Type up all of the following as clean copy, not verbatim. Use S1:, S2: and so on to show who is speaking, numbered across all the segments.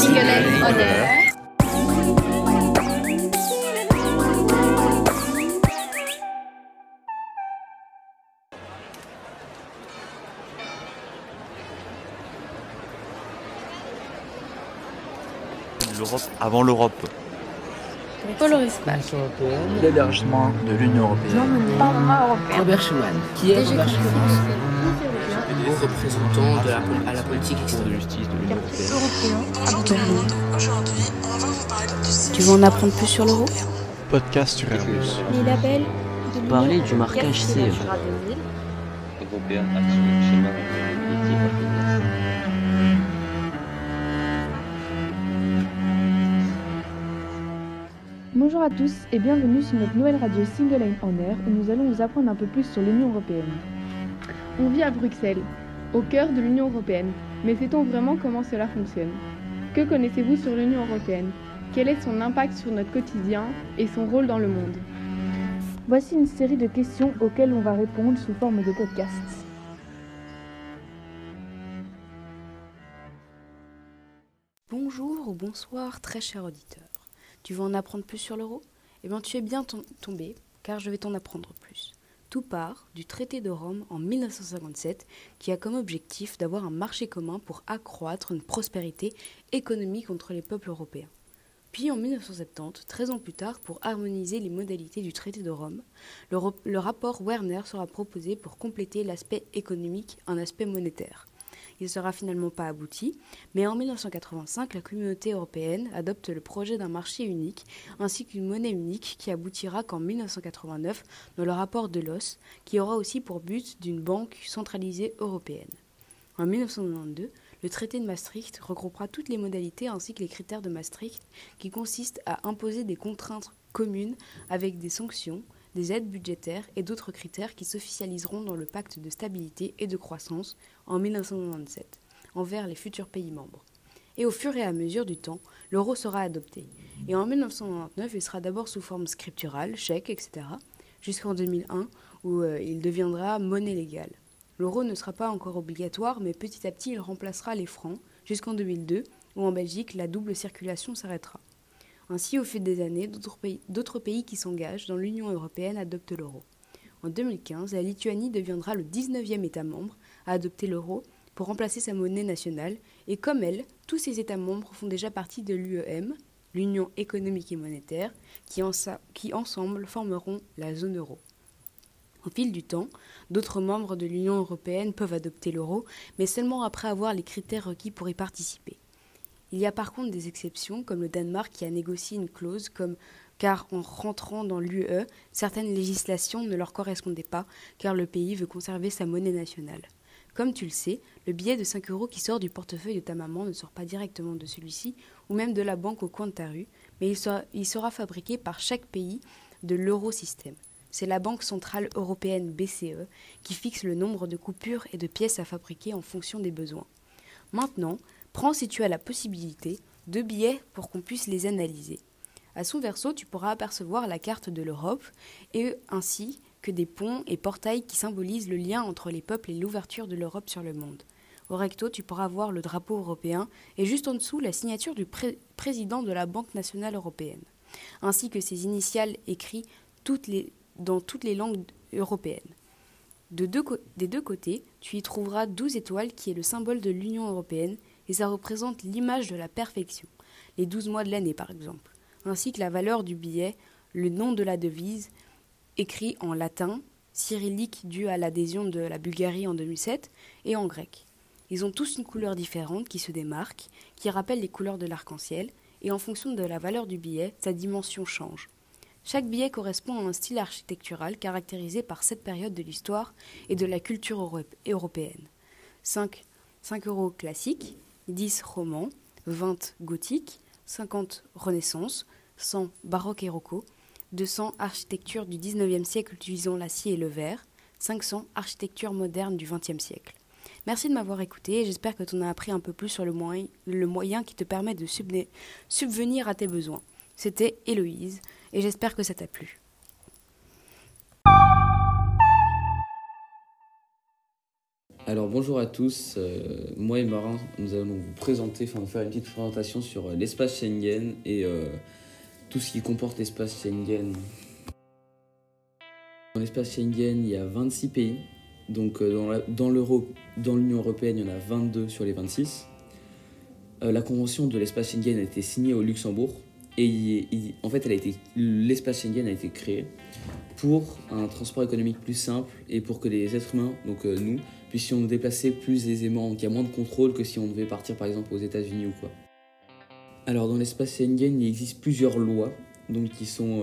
S1: Single on Air.
S2: L'Europe avant l'Europe.
S3: Colorispace.
S4: L'élargissement de l'Union européenne.
S3: Parlement européen.
S5: Robert Schuman. Qui est Robert Schuman?
S6: Aux représentants à la politique extérieure.
S2: De justice de l'Union européenne.
S7: Aujourd'hui, on va vous parler du
S3: Tu veux en apprendre plus sur l'euro?
S2: Podcast sur Airbus.
S8: Les labels de
S6: Parler du marquage CE.
S9: Européen Action Schéma
S8: Bonjour à tous et bienvenue sur notre nouvelle radio Single Line on Air où nous allons vous apprendre un peu plus sur l'Union européenne. On vit à Bruxelles, au cœur de l'Union européenne, mais sait-on vraiment comment cela fonctionne? Que connaissez-vous sur l'Union européenne? Quel est son impact sur notre quotidien et son rôle dans le monde? Voici une série de questions auxquelles on va répondre sous forme de podcast.
S3: Bonjour ou bonsoir très cher auditeur. Tu veux en apprendre plus sur l'euro? Eh bien tu es bien tombé, car je vais t'en apprendre plus. Tout part du traité de Rome en 1957, qui a comme objectif d'avoir un marché commun pour accroître une prospérité économique entre les peuples européens. Puis en 1970, 13 ans plus tard, pour harmoniser les modalités du traité de Rome, le rapport Werner sera proposé pour compléter l'aspect économique, un aspect monétaire. Il ne sera finalement pas abouti, mais en 1985, la communauté européenne adopte le projet d'un marché unique ainsi qu'une monnaie unique qui aboutira qu'en 1989 dans le rapport de Los, qui aura aussi pour but d'une banque centralisée européenne. En 1992, le traité de Maastricht regroupera toutes les modalités ainsi que les critères de Maastricht qui consistent à imposer des contraintes communes avec des sanctions, des aides budgétaires et d'autres critères qui s'officialiseront dans le pacte de stabilité et de croissance en 1997 envers les futurs pays membres. Et au fur et à mesure du temps, l'euro sera adopté. Et en 1999, il sera d'abord sous forme scripturale, chèque, etc., jusqu'en 2001 où il deviendra monnaie légale. L'euro ne sera pas encore obligatoire, mais petit à petit, il remplacera les francs jusqu'en 2002 où en Belgique, la double circulation s'arrêtera. Ainsi, au fil des années, d'autres pays qui s'engagent dans l'Union européenne adoptent l'euro. En 2015, la Lituanie deviendra le 19e État membre à adopter l'euro pour remplacer sa monnaie nationale, et comme elle, tous ces États membres font déjà partie de l'UEM, l'Union économique et monétaire, qui ensemble formeront la zone euro. Au fil du temps, d'autres membres de l'Union européenne peuvent adopter l'euro, mais seulement après avoir les critères requis pour y participer. Il y a par contre des exceptions, comme le Danemark qui a négocié une clause car en rentrant dans l'UE, certaines législations ne leur correspondaient pas, car le pays veut conserver sa monnaie nationale. Comme tu le sais, le billet de 5 € qui sort du portefeuille de ta maman ne sort pas directement de celui-ci, ou même de la banque au coin de ta rue, mais il sera fabriqué par chaque pays de l'eurosystème. C'est la Banque centrale européenne BCE qui fixe le nombre de coupures et de pièces à fabriquer en fonction des besoins. Maintenant, prends si tu as la possibilité 2 billets pour qu'on puisse les analyser. À son verso, tu pourras apercevoir la carte de l'Europe et ainsi que des ponts et portails qui symbolisent le lien entre les peuples et l'ouverture de l'Europe sur le monde. Au recto, tu pourras voir le drapeau européen et juste en dessous la signature du président de la Banque nationale européenne, ainsi que ses initiales écrites dans toutes les langues européennes. Des deux côtés, tu y trouveras 12 étoiles qui est le symbole de l'Union européenne et ça représente l'image de la perfection, les 12 mois de l'année par exemple, ainsi que la valeur du billet, le nom de la devise, écrit en latin, cyrillique dû à l'adhésion de la Bulgarie en 2007, et en grec. Ils ont tous une couleur différente qui se démarque, qui rappelle les couleurs de l'arc-en-ciel, et en fonction de la valeur du billet, sa dimension change. Chaque billet correspond à un style architectural caractérisé par cette période de l'histoire et de la culture européenne. 5 € classiques, 10 roman, 20 gothique, 50 renaissance, 100 baroque et roco, 200 architecture du 19e siècle utilisant l'acier et le verre, 500 architecture moderne du 20e siècle. Merci de m'avoir écouté et j'espère que tu en as appris un peu plus sur le moyen qui te permet de subvenir à tes besoins. C'était Héloïse et j'espère que ça t'a plu.
S1: Alors bonjour à tous, moi et Marin, nous allons vous présenter, faire une petite présentation sur l'espace Schengen et tout ce qui comporte l'espace Schengen. Dans l'espace Schengen, il y a 26 pays, donc dans l'Union Européenne, il y en a 22 sur les 26. La convention de l'espace Schengen a été signée au Luxembourg et l'espace Schengen a été créé pour un transport économique plus simple et pour que les êtres humains, donc nous, puissions nous déplacer plus aisément, qu'il y a moins de contrôle que si on devait partir par exemple aux États-Unis ou quoi. Alors dans l'espace Schengen, il existe plusieurs lois qui sont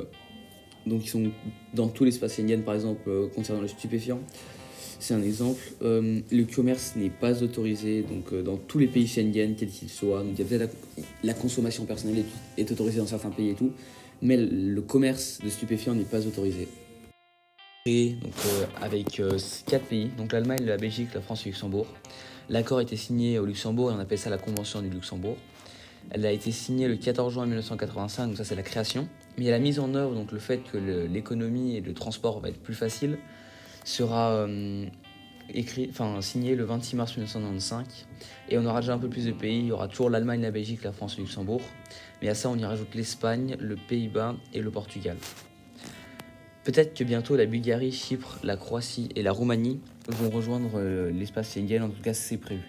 S1: dans tout l'espace Schengen, par exemple concernant le stupéfiant. C'est un exemple. Le commerce n'est pas autorisé dans tous les pays Schengen, quels qu'ils soient. Donc, il y a peut-être la consommation personnelle est autorisée dans certains pays et tout, mais le commerce de stupéfiants n'est pas autorisé. Et avec 4 pays, donc l'Allemagne, la Belgique, la France et le Luxembourg. L'accord a été signé au Luxembourg et on appelle ça la Convention du Luxembourg. Elle a été signée le 14 juin 1985, donc ça c'est la création. Mais il y a la mise en œuvre, donc le fait que l'économie et le transport va être plus facile, sera signé le 26 mars 1995. Et on aura déjà un peu plus de pays, il y aura toujours l'Allemagne, la Belgique, la France et le Luxembourg. Mais à ça on y rajoute l'Espagne, le Pays-Bas et le Portugal. Peut-être que bientôt la Bulgarie, Chypre, la Croatie et la Roumanie vont rejoindre l'espace Schengen, en tout cas c'est prévu.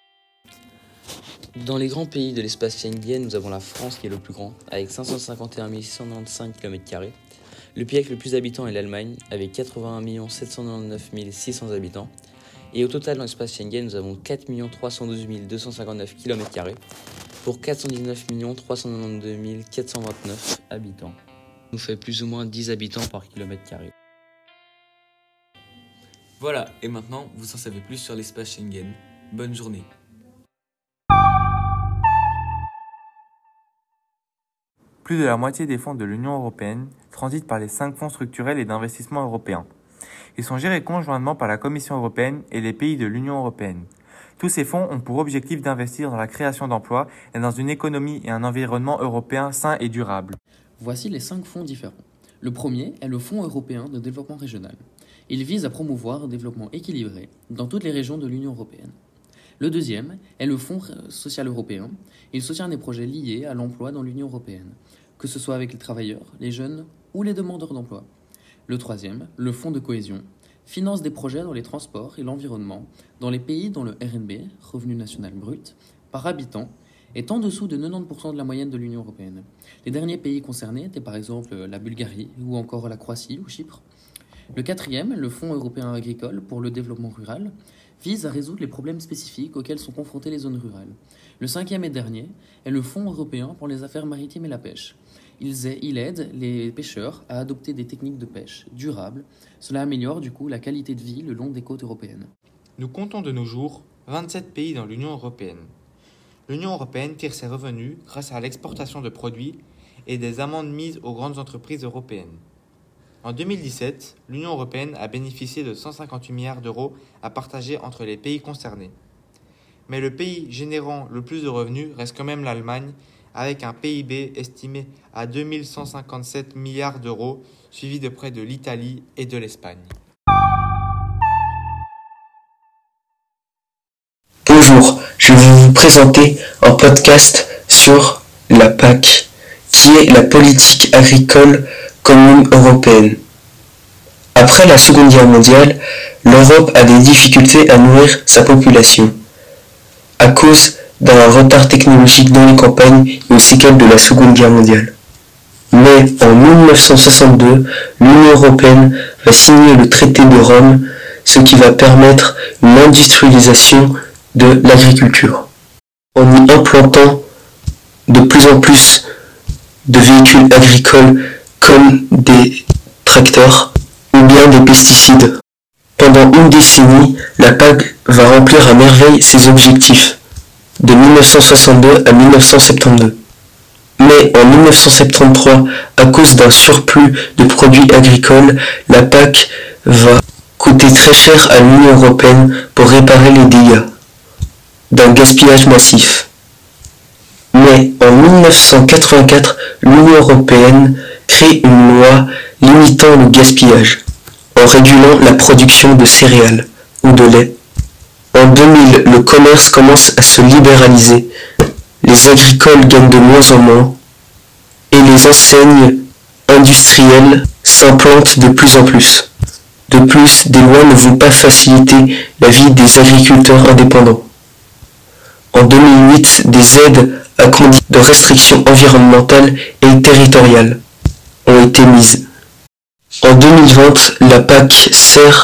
S1: Dans les grands pays de l'espace Schengen, nous avons la France qui est le plus grand, avec 551 695 km². Le pays avec le plus d'habitants est l'Allemagne, avec 81 799 600 habitants. Et au total, dans l'espace Schengen, nous avons 4 312 259 km², pour 419 392 429 habitants. Ça nous fait plus ou moins 10 habitants par km².
S10: Voilà, et maintenant, vous en savez plus sur l'espace Schengen. Bonne journée.
S11: Plus de la moitié des fonds de l'Union européenne transitent par les 5 fonds structurels et d'investissement européens. Ils sont gérés conjointement par la Commission européenne et les pays de l'Union européenne. Tous ces fonds ont pour objectif d'investir dans la création d'emplois et dans une économie et un environnement européen sain et durable.
S6: Voici les 5 fonds différents. Le premier est le Fonds européen de développement régional. Il vise à promouvoir un développement équilibré dans toutes les régions de l'Union européenne. Le deuxième est le Fonds social européen. Il soutient des projets liés à l'emploi dans l'Union européenne, que ce soit avec les travailleurs, les jeunes ou les demandeurs d'emploi. Le troisième, le Fonds de cohésion, finance des projets dans les transports et l'environnement dans les pays dont le RNB, revenu national brut, par habitant, est en dessous de 90% de la moyenne de l'Union européenne. Les derniers pays concernés étaient par exemple la Bulgarie ou encore la Croatie ou Chypre. Le quatrième, le Fonds européen agricole pour le développement rural, vise à résoudre les problèmes spécifiques auxquels sont confrontées les zones rurales. Le cinquième et dernier est le Fonds européen pour les affaires maritimes et la pêche. Il aide les pêcheurs à adopter des techniques de pêche durables. Cela améliore du coup la qualité de vie le long des côtes européennes.
S12: Nous comptons de nos jours 27 pays dans l'Union européenne. L'Union européenne tire ses revenus grâce à l'exportation de produits et des amendes mises aux grandes entreprises européennes. En 2017, l'Union européenne a bénéficié de 158 milliards d'euros à partager entre les pays concernés. Mais le pays générant le plus de revenus reste quand même l'Allemagne, avec un PIB estimé à 2157 milliards d'euros, suivi de près de l'Italie et de l'Espagne.
S13: Bonjour, je vais vous présenter un podcast sur la PAC, qui est la politique agricole commune européenne. Après la Seconde Guerre mondiale, l'Europe a des difficultés à nourrir sa population, à cause d'un retard technologique dans les campagnes et aux séquelles de la Seconde Guerre mondiale. Mais en 1962, l'Union européenne va signer le traité de Rome, ce qui va permettre une industrialisation de l'agriculture, en y implantant de plus en plus de véhicules agricoles comme des tracteurs ou bien des pesticides. Pendant une décennie, la PAC va remplir à merveille ses objectifs, de 1962 à 1972. Mais en 1973, à cause d'un surplus de produits agricoles, la PAC va coûter très cher à l'Union européenne pour réparer les dégâts d'un gaspillage massif. Mais en 1984, l'Union européenne crée une loi limitant le gaspillage, en régulant la production de céréales ou de lait En 2000, le commerce commence à se libéraliser. Les agricoles gagnent de moins en moins et les enseignes industrielles s'implantent de plus en plus. De plus, des lois ne vont pas faciliter la vie des agriculteurs indépendants. En 2008, des aides accompagnées de restrictions environnementales et territoriales ont été mises. En 2020, la PAC sert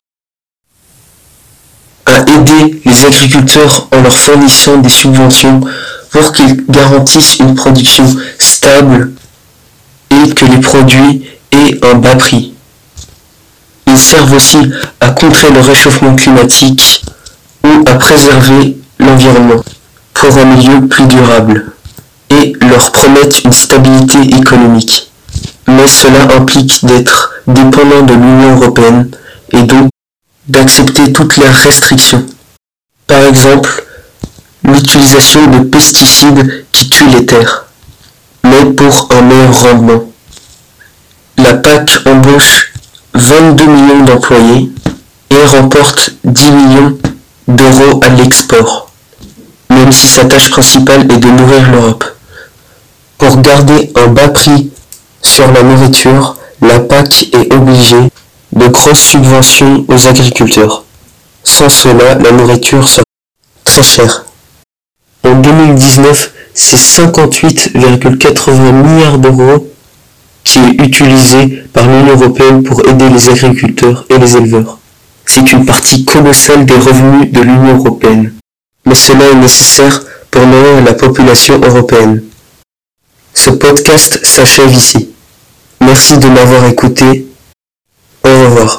S13: à aider les agriculteurs en leur fournissant des subventions pour qu'ils garantissent une production stable et que les produits aient un bas prix. Ils servent aussi à contrer le réchauffement climatique ou à préserver l'environnement pour un milieu plus durable et leur promettent une stabilité économique. Mais cela implique d'être dépendant de l'Union européenne et donc d'accepter toutes leurs restrictions. Par exemple, l'utilisation de pesticides qui tuent les terres, mais pour un meilleur rendement. La PAC embauche 22 millions d'employés et remporte 10 millions d'euros à l'export, même si sa tâche principale est de nourrir l'Europe. Pour garder un bas prix sur la nourriture, la PAC est obligée de grosses subventions aux agriculteurs. Sans cela, la nourriture sera très chère. En 2019, c'est 58,80 milliards d'euros qui est utilisé par l'Union européenne pour aider les agriculteurs et les éleveurs. C'est une partie colossale des revenus de l'Union européenne. Mais cela est nécessaire pour nourrir la population européenne. Ce podcast s'achève ici. Merci de m'avoir écouté. Au revoir.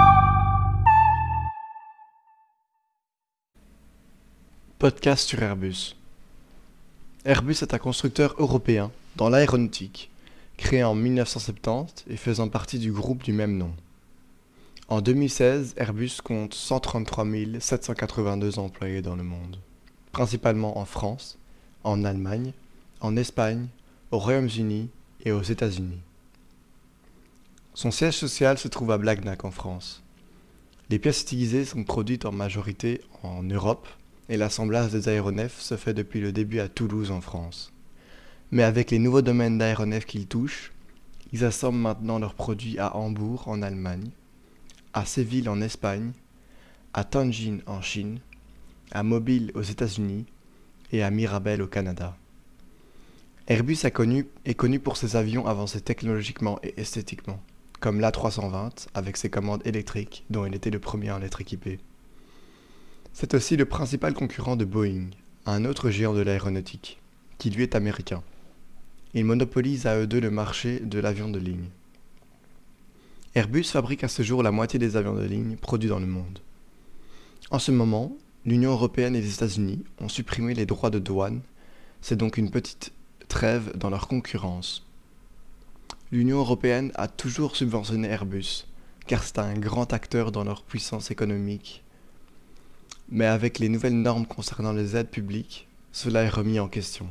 S2: Podcast sur Airbus. Airbus est un constructeur européen dans l'aéronautique, créé en 1970 et faisant partie du groupe du même nom. En 2016, Airbus compte 133 782 employés dans le monde, principalement en France, en Allemagne, en Espagne, au Royaume-Uni et aux États-Unis. Son siège social se trouve à Blagnac en France. Les pièces utilisées sont produites en majorité en Europe et l'assemblage des aéronefs se fait depuis le début à Toulouse en France. Mais avec les nouveaux domaines d'aéronefs qu'ils touchent, ils assemblent maintenant leurs produits à Hambourg en Allemagne, à Séville en Espagne, à Tianjin en Chine, à Mobile aux États-Unis et à Mirabel au Canada. Airbus est connu pour ses avions avancés technologiquement et esthétiquement, comme l'A320 avec ses commandes électriques dont il était le premier à en être équipé. C'est aussi le principal concurrent de Boeing, un autre géant de l'aéronautique, qui lui est américain. Ils monopolisent à eux deux le marché de l'avion de ligne. Airbus fabrique à ce jour la moitié des avions de ligne produits dans le monde. En ce moment, l'Union européenne et les États-Unis ont supprimé les droits de douane, c'est donc une petite trêve dans leur concurrence. L'Union européenne a toujours subventionné Airbus, car c'est un grand acteur dans leur puissance économique. Mais avec les nouvelles normes concernant les aides publiques, cela est remis en question.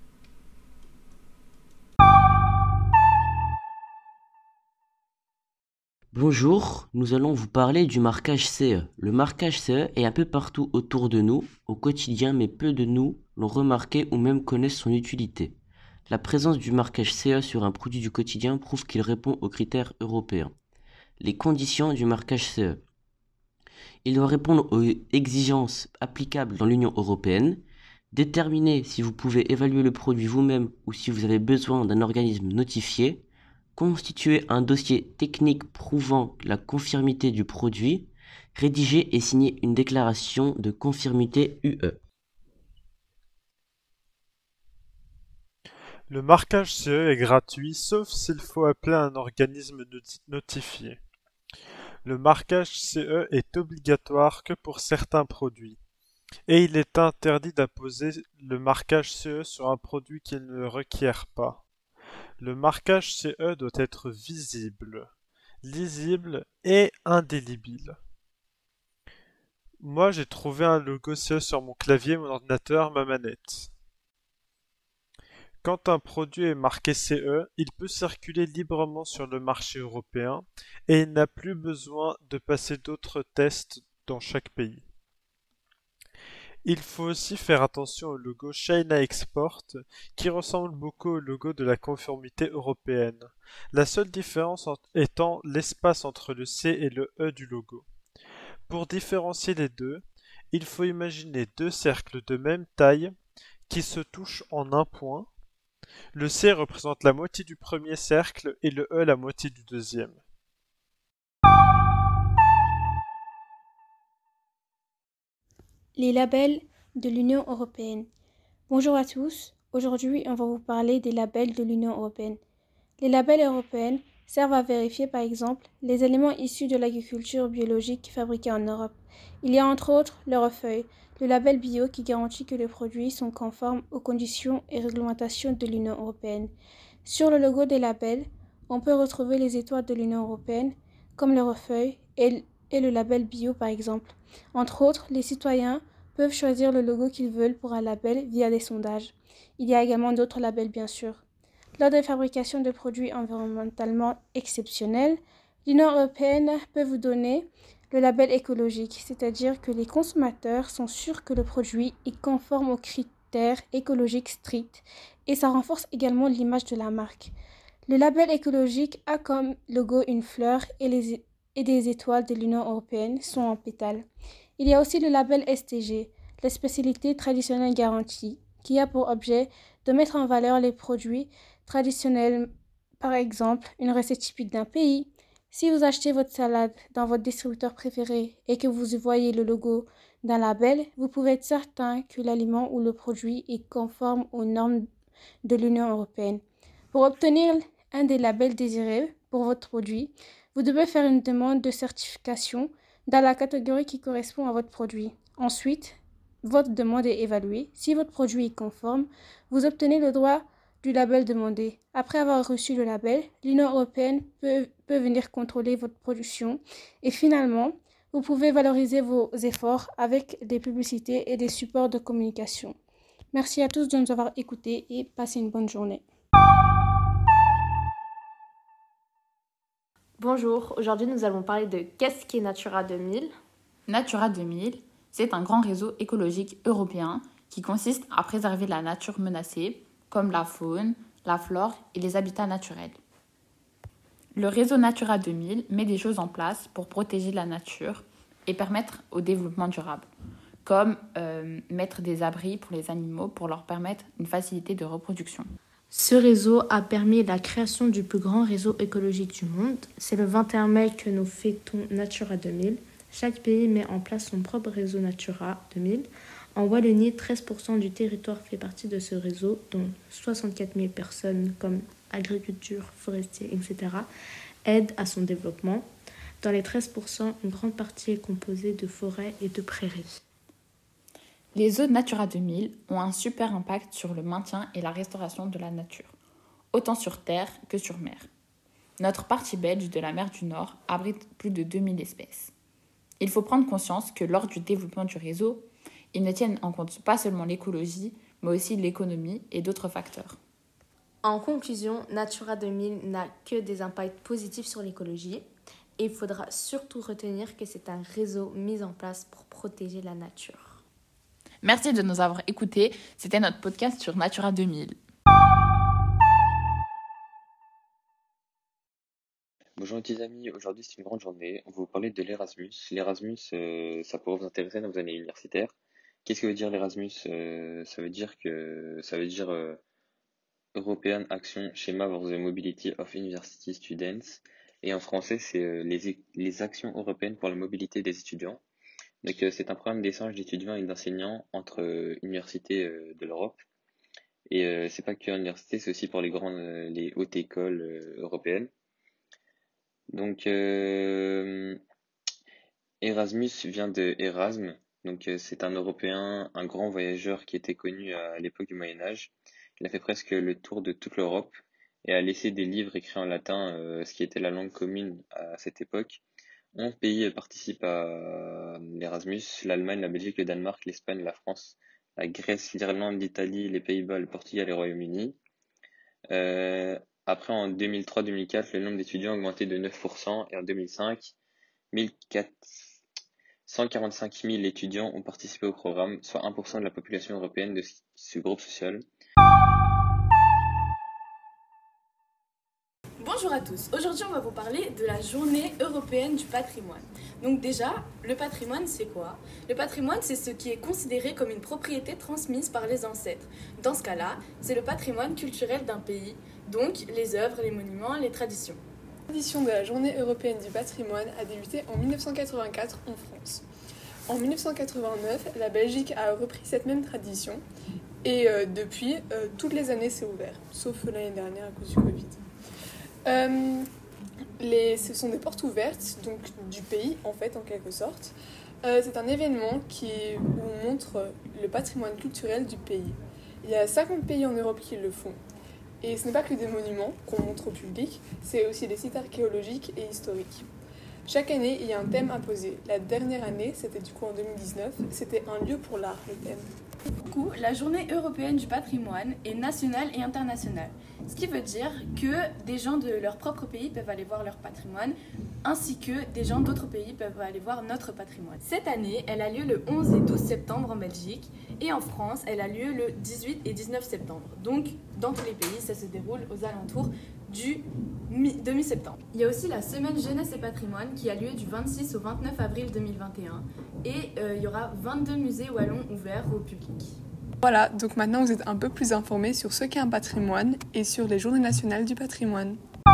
S14: Bonjour, nous allons vous parler du marquage CE. Le marquage CE est un peu partout autour de nous, au quotidien, mais peu de nous l'ont remarqué ou même connaissent son utilité. La présence du marquage CE sur un produit du quotidien prouve qu'il répond aux critères européens. Les conditions du marquage CE. Il doit répondre aux exigences applicables dans l'Union européenne, déterminer si vous pouvez évaluer le produit vous-même ou si vous avez besoin d'un organisme notifié, constituer un dossier technique prouvant la conformité du produit, rédiger et signer une déclaration de conformité UE.
S15: Le marquage CE est gratuit sauf s'il faut appeler un organisme notifié. Le marquage CE est obligatoire que pour certains produits, et il est interdit d'apposer le marquage CE sur un produit qu'il ne requiert pas. Le marquage CE doit être visible, lisible et indélébile. Moi, j'ai trouvé un logo CE sur mon clavier, mon ordinateur, ma manette. Quand un produit est marqué CE, il peut circuler librement sur le marché européen et il n'a plus besoin de passer d'autres tests dans chaque pays. Il faut aussi faire attention au logo China Export, qui ressemble beaucoup au logo de la conformité européenne. La seule différence étant l'espace entre le C et le E du logo. Pour différencier les deux, il faut imaginer deux cercles de même taille qui se touchent en un point. Le C représente la moitié du premier cercle et le E la moitié du deuxième.
S16: Les labels de l'Union européenne. Bonjour à tous, aujourd'hui on va vous parler des labels de l'Union européenne. Les labels européens servent à vérifier par exemple les aliments issus de l'agriculture biologique fabriqués en Europe. Il y a entre autres le REFEUIL, le label bio qui garantit que les produits sont conformes aux conditions et réglementations de l'Union européenne. Sur le logo des labels, on peut retrouver les étoiles de l'Union européenne comme le REFEUIL et le label bio par exemple. Entre autres, les citoyens peuvent choisir le logo qu'ils veulent pour un label via des sondages. Il y a également d'autres labels bien sûr. Lors des fabrications de produits environnementalement exceptionnels, l'Union européenne peut vous donner le label écologique, c'est-à-dire que les consommateurs sont sûrs que le produit est conforme aux critères écologiques stricts et ça renforce également l'image de la marque. Le label écologique a comme logo une fleur et des étoiles de l'Union européenne sont en pétales. Il y a aussi le label STG, la spécialité traditionnelle garantie, qui a pour objet de mettre en valeur les produits traditionnels, par exemple une recette typique d'un pays. Si vous achetez votre salade dans votre distributeur préféré et que vous y voyez le logo d'un label, vous pouvez être certain que l'aliment ou le produit est conforme aux normes de l'Union européenne. Pour obtenir un des labels désirés pour votre produit, vous devez faire une demande de certification dans la catégorie qui correspond à votre produit. Ensuite, votre demande est évaluée. Si votre produit est conforme, vous obtenez le droit du label demandé. Après avoir reçu le label, l'Union européenne peut venir contrôler votre production et finalement, vous pouvez valoriser vos efforts avec des publicités et des supports de communication. Merci à tous de nous avoir écoutés et passez une bonne journée.
S17: Bonjour, aujourd'hui nous allons parler de qu'est-ce qu'est Natura 2000.
S18: Natura 2000, c'est un grand réseau écologique européen qui consiste à préserver la nature menacée, comme la faune, la flore et les habitats naturels. Le réseau Natura 2000 met des choses en place pour protéger la nature et permettre au développement durable, comme mettre des abris pour les animaux pour leur permettre une facilité de reproduction.
S17: Ce réseau a permis la création du plus grand réseau écologique du monde. C'est le 21 mai que nous fêtons Natura 2000. Chaque pays met en place son propre réseau Natura 2000. En Wallonie, 13% du territoire fait partie de ce réseau, dont 64 000 personnes comme agriculture, forestier, etc. aident à son développement. Dans les 13%, une grande partie est composée de forêts et de prairies.
S18: Les zones Natura 2000 ont un super impact sur le maintien et la restauration de la nature, autant sur terre que sur mer. Notre partie belge de la mer du Nord abrite plus de 2000 espèces. Il faut prendre conscience que lors du développement du réseau, ils ne tiennent en compte pas seulement l'écologie, mais aussi l'économie et d'autres facteurs.
S17: En conclusion, Natura 2000 n'a que des impacts positifs sur l'écologie et il faudra surtout retenir que c'est un réseau mis en place pour protéger la nature.
S18: Merci de nous avoir écoutés. C'était notre podcast sur Natura 2000.
S9: Bonjour petits amis, aujourd'hui c'est une grande journée. On va vous parler de l'Erasmus. L'Erasmus, ça pourrait vous intéresser dans vos années universitaires. Qu'est-ce que veut dire l'Erasmus? Ça veut dire European Action Schema for the Mobility of University Students. Et en français, c'est les actions européennes pour la mobilité des étudiants. Donc c'est un programme d'échange d'étudiants et d'enseignants entre universités de l'Europe. Et c'est pas que l'université, c'est aussi pour les hautes écoles européennes. Donc Erasmus vient de Erasme. Donc c'est un Européen, un grand voyageur qui était connu à l'époque du Moyen-Âge. Il a fait presque le tour de toute l'Europe et a laissé des livres écrits en latin, ce qui était la langue commune à cette époque. 11 pays participent à l'Erasmus, l'Allemagne, la Belgique, le Danemark, l'Espagne, la France, la Grèce, l'Irlande, l'Italie, les Pays-Bas, le Portugal et le Royaume-Uni. Après, en 2003-2004, le nombre d'étudiants a augmenté de 9% et en 2005, 145 000 étudiants ont participé au programme, soit 1% de la population européenne de ce groupe social.
S8: Bonjour à tous, aujourd'hui on va vous parler de la journée européenne du patrimoine. Donc déjà, le patrimoine c'est quoi? Le patrimoine c'est ce qui est considéré comme une propriété transmise par les ancêtres. Dans ce cas-là, c'est le patrimoine culturel d'un pays, donc les œuvres, les monuments, les traditions.
S19: L'édition de la journée européenne du patrimoine a débuté en 1984 en France. En 1989, la Belgique a repris cette même tradition et depuis, toutes les années c'est ouvert, sauf l'année dernière à cause du Covid. Ce sont des portes ouvertes donc du pays en fait en quelque sorte. C'est un événement où on montre le patrimoine culturel du pays. Il y a 50 pays en Europe qui le font. Et ce n'est pas que des monuments qu'on montre au public, c'est aussi des sites archéologiques et historiques. Chaque année, il y a un thème imposé. La dernière année, c'était du coup en 2019, c'était un lieu pour l'art, le thème.
S8: Du coup, la journée européenne du patrimoine est nationale et internationale. Ce qui veut dire que des gens de leur propre pays peuvent aller voir leur patrimoine, ainsi que des gens d'autres pays peuvent aller voir notre patrimoine. Cette année, elle a lieu le 11 et 12 septembre en Belgique, et en France, elle a lieu le 18 et 19 septembre. Donc, dans tous les pays, ça se déroule aux alentours du mi-septembre. Il y a aussi la semaine jeunesse et patrimoine qui a lieu du 26 au 29 avril 2021 et il y aura 22 musées wallons ouverts au public.
S19: Voilà, donc maintenant vous êtes un peu plus informés sur ce qu'est un patrimoine et sur les journées nationales du patrimoine.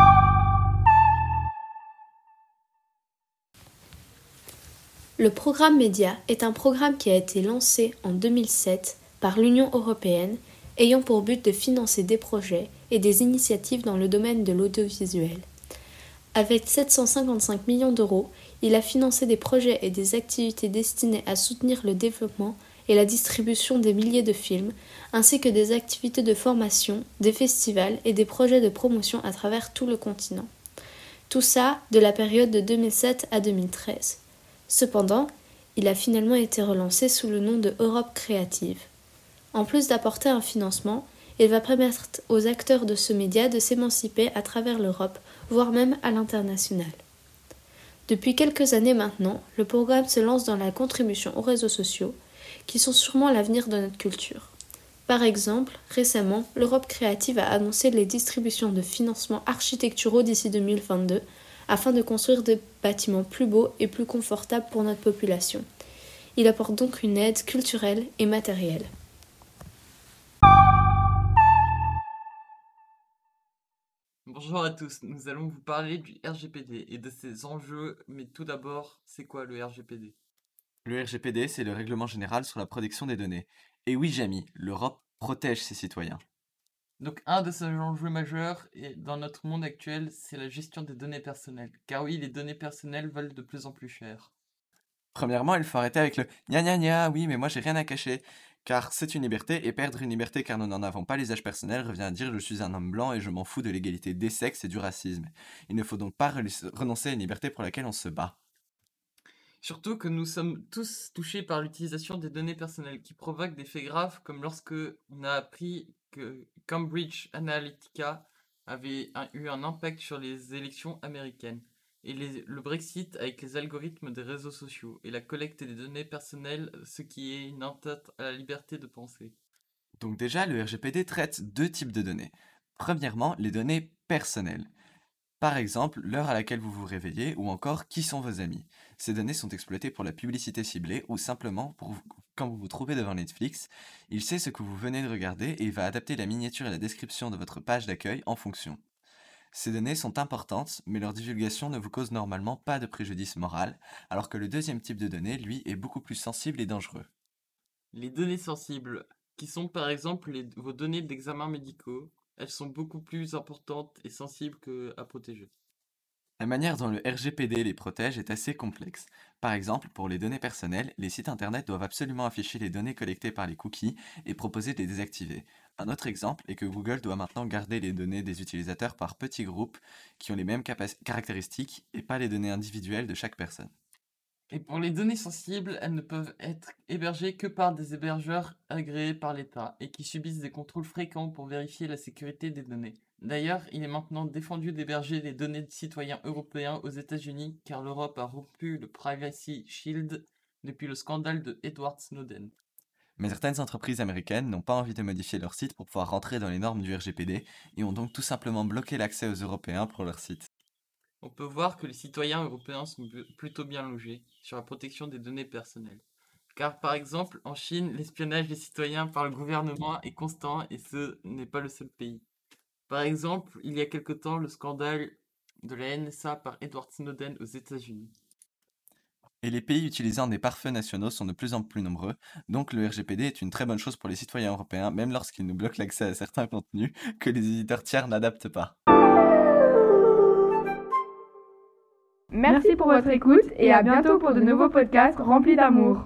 S17: Le programme Média est un programme qui a été lancé en 2007 par l'Union européenne ayant pour but de financer des projets et des initiatives dans le domaine de l'audiovisuel. Avec 755 millions d'euros, il a financé des projets et des activités destinées à soutenir le développement et la distribution des milliers de films, ainsi que des activités de formation, des festivals et des projets de promotion à travers tout le continent. Tout ça de la période de 2007 à 2013. Cependant, il a finalement été relancé sous le nom de Europe Créative. En plus d'apporter un financement, il va permettre aux acteurs de ce média de s'émanciper à travers l'Europe, voire même à l'international. Depuis quelques années maintenant, le programme se lance dans la contribution aux réseaux sociaux, qui sont sûrement l'avenir de notre culture. Par exemple, récemment, l'Europe Créative a annoncé les distributions de financements architecturaux d'ici 2022, afin de construire des bâtiments plus beaux et plus confortables pour notre population. Il apporte donc une aide culturelle et matérielle.
S10: Bonjour à tous, nous allons vous parler du RGPD et de ses enjeux, mais tout d'abord, c'est quoi le RGPD?
S20: Le RGPD, c'est le Règlement général sur la protection des données. Et oui, Jamy, l'Europe protège ses citoyens.
S10: Donc un de ces enjeux majeurs dans notre monde actuel, c'est la gestion des données personnelles. Car oui, les données personnelles valent de plus en plus cher.
S20: Premièrement, il faut arrêter avec le « gna gna gna, oui, mais moi j'ai rien à cacher ». Car c'est une liberté, et perdre une liberté car nous n'en avons pas l'usage personnel revient à dire je suis un homme blanc et je m'en fous de l'égalité des sexes et du racisme. Il ne faut donc pas renoncer à une liberté pour laquelle on se bat.
S10: Surtout que nous sommes tous touchés par l'utilisation des données personnelles qui provoquent des faits graves comme lorsque on a appris que Cambridge Analytica avait eu un impact sur les élections américaines. Et le Brexit avec les algorithmes des réseaux sociaux et la collecte des données personnelles, ce qui est une atteinte à la liberté de penser.
S20: Donc déjà, le RGPD traite deux types de données. Premièrement, les données personnelles. Par exemple, l'heure à laquelle vous vous réveillez ou encore qui sont vos amis. Ces données sont exploitées pour la publicité ciblée ou simplement quand vous vous trouvez devant Netflix, il sait ce que vous venez de regarder et il va adapter la miniature et la description de votre page d'accueil en fonction. Ces données sont importantes, mais leur divulgation ne vous cause normalement pas de préjudice moral, alors que le deuxième type de données, lui, est beaucoup plus sensible et dangereux.
S10: Les données sensibles, qui sont par exemple vos données d'examens médicaux, elles sont beaucoup plus importantes et sensibles à protéger.
S20: La manière dont le RGPD les protège est assez complexe. Par exemple, pour les données personnelles, les sites internet doivent absolument afficher les données collectées par les cookies et proposer de les désactiver. Un autre exemple est que Google doit maintenant garder les données des utilisateurs par petits groupes qui ont les mêmes caractéristiques et pas les données individuelles de chaque personne.
S10: Et pour les données sensibles, elles ne peuvent être hébergées que par des hébergeurs agréés par l'État et qui subissent des contrôles fréquents pour vérifier la sécurité des données. D'ailleurs, il est maintenant défendu d'héberger les données de citoyens européens aux États-Unis car l'Europe a rompu le Privacy Shield depuis le scandale de Edward Snowden.
S20: Mais certaines entreprises américaines n'ont pas envie de modifier leur site pour pouvoir rentrer dans les normes du RGPD et ont donc tout simplement bloqué l'accès aux Européens pour leur site.
S10: On peut voir que les citoyens européens sont plutôt bien logés sur la protection des données personnelles. Car par exemple, en Chine, l'espionnage des citoyens par le gouvernement est constant et ce n'est pas le seul pays. Par exemple, il y a quelque temps, le scandale de la NSA par Edward Snowden aux États-Unis.
S20: Et les pays utilisant des pare-feux nationaux sont de plus en plus nombreux, donc le RGPD est une très bonne chose pour les citoyens européens, même lorsqu'ils nous bloquent l'accès à certains contenus que les éditeurs tiers n'adaptent pas.
S8: Merci pour votre écoute et à bientôt pour de nouveaux podcasts remplis d'amour.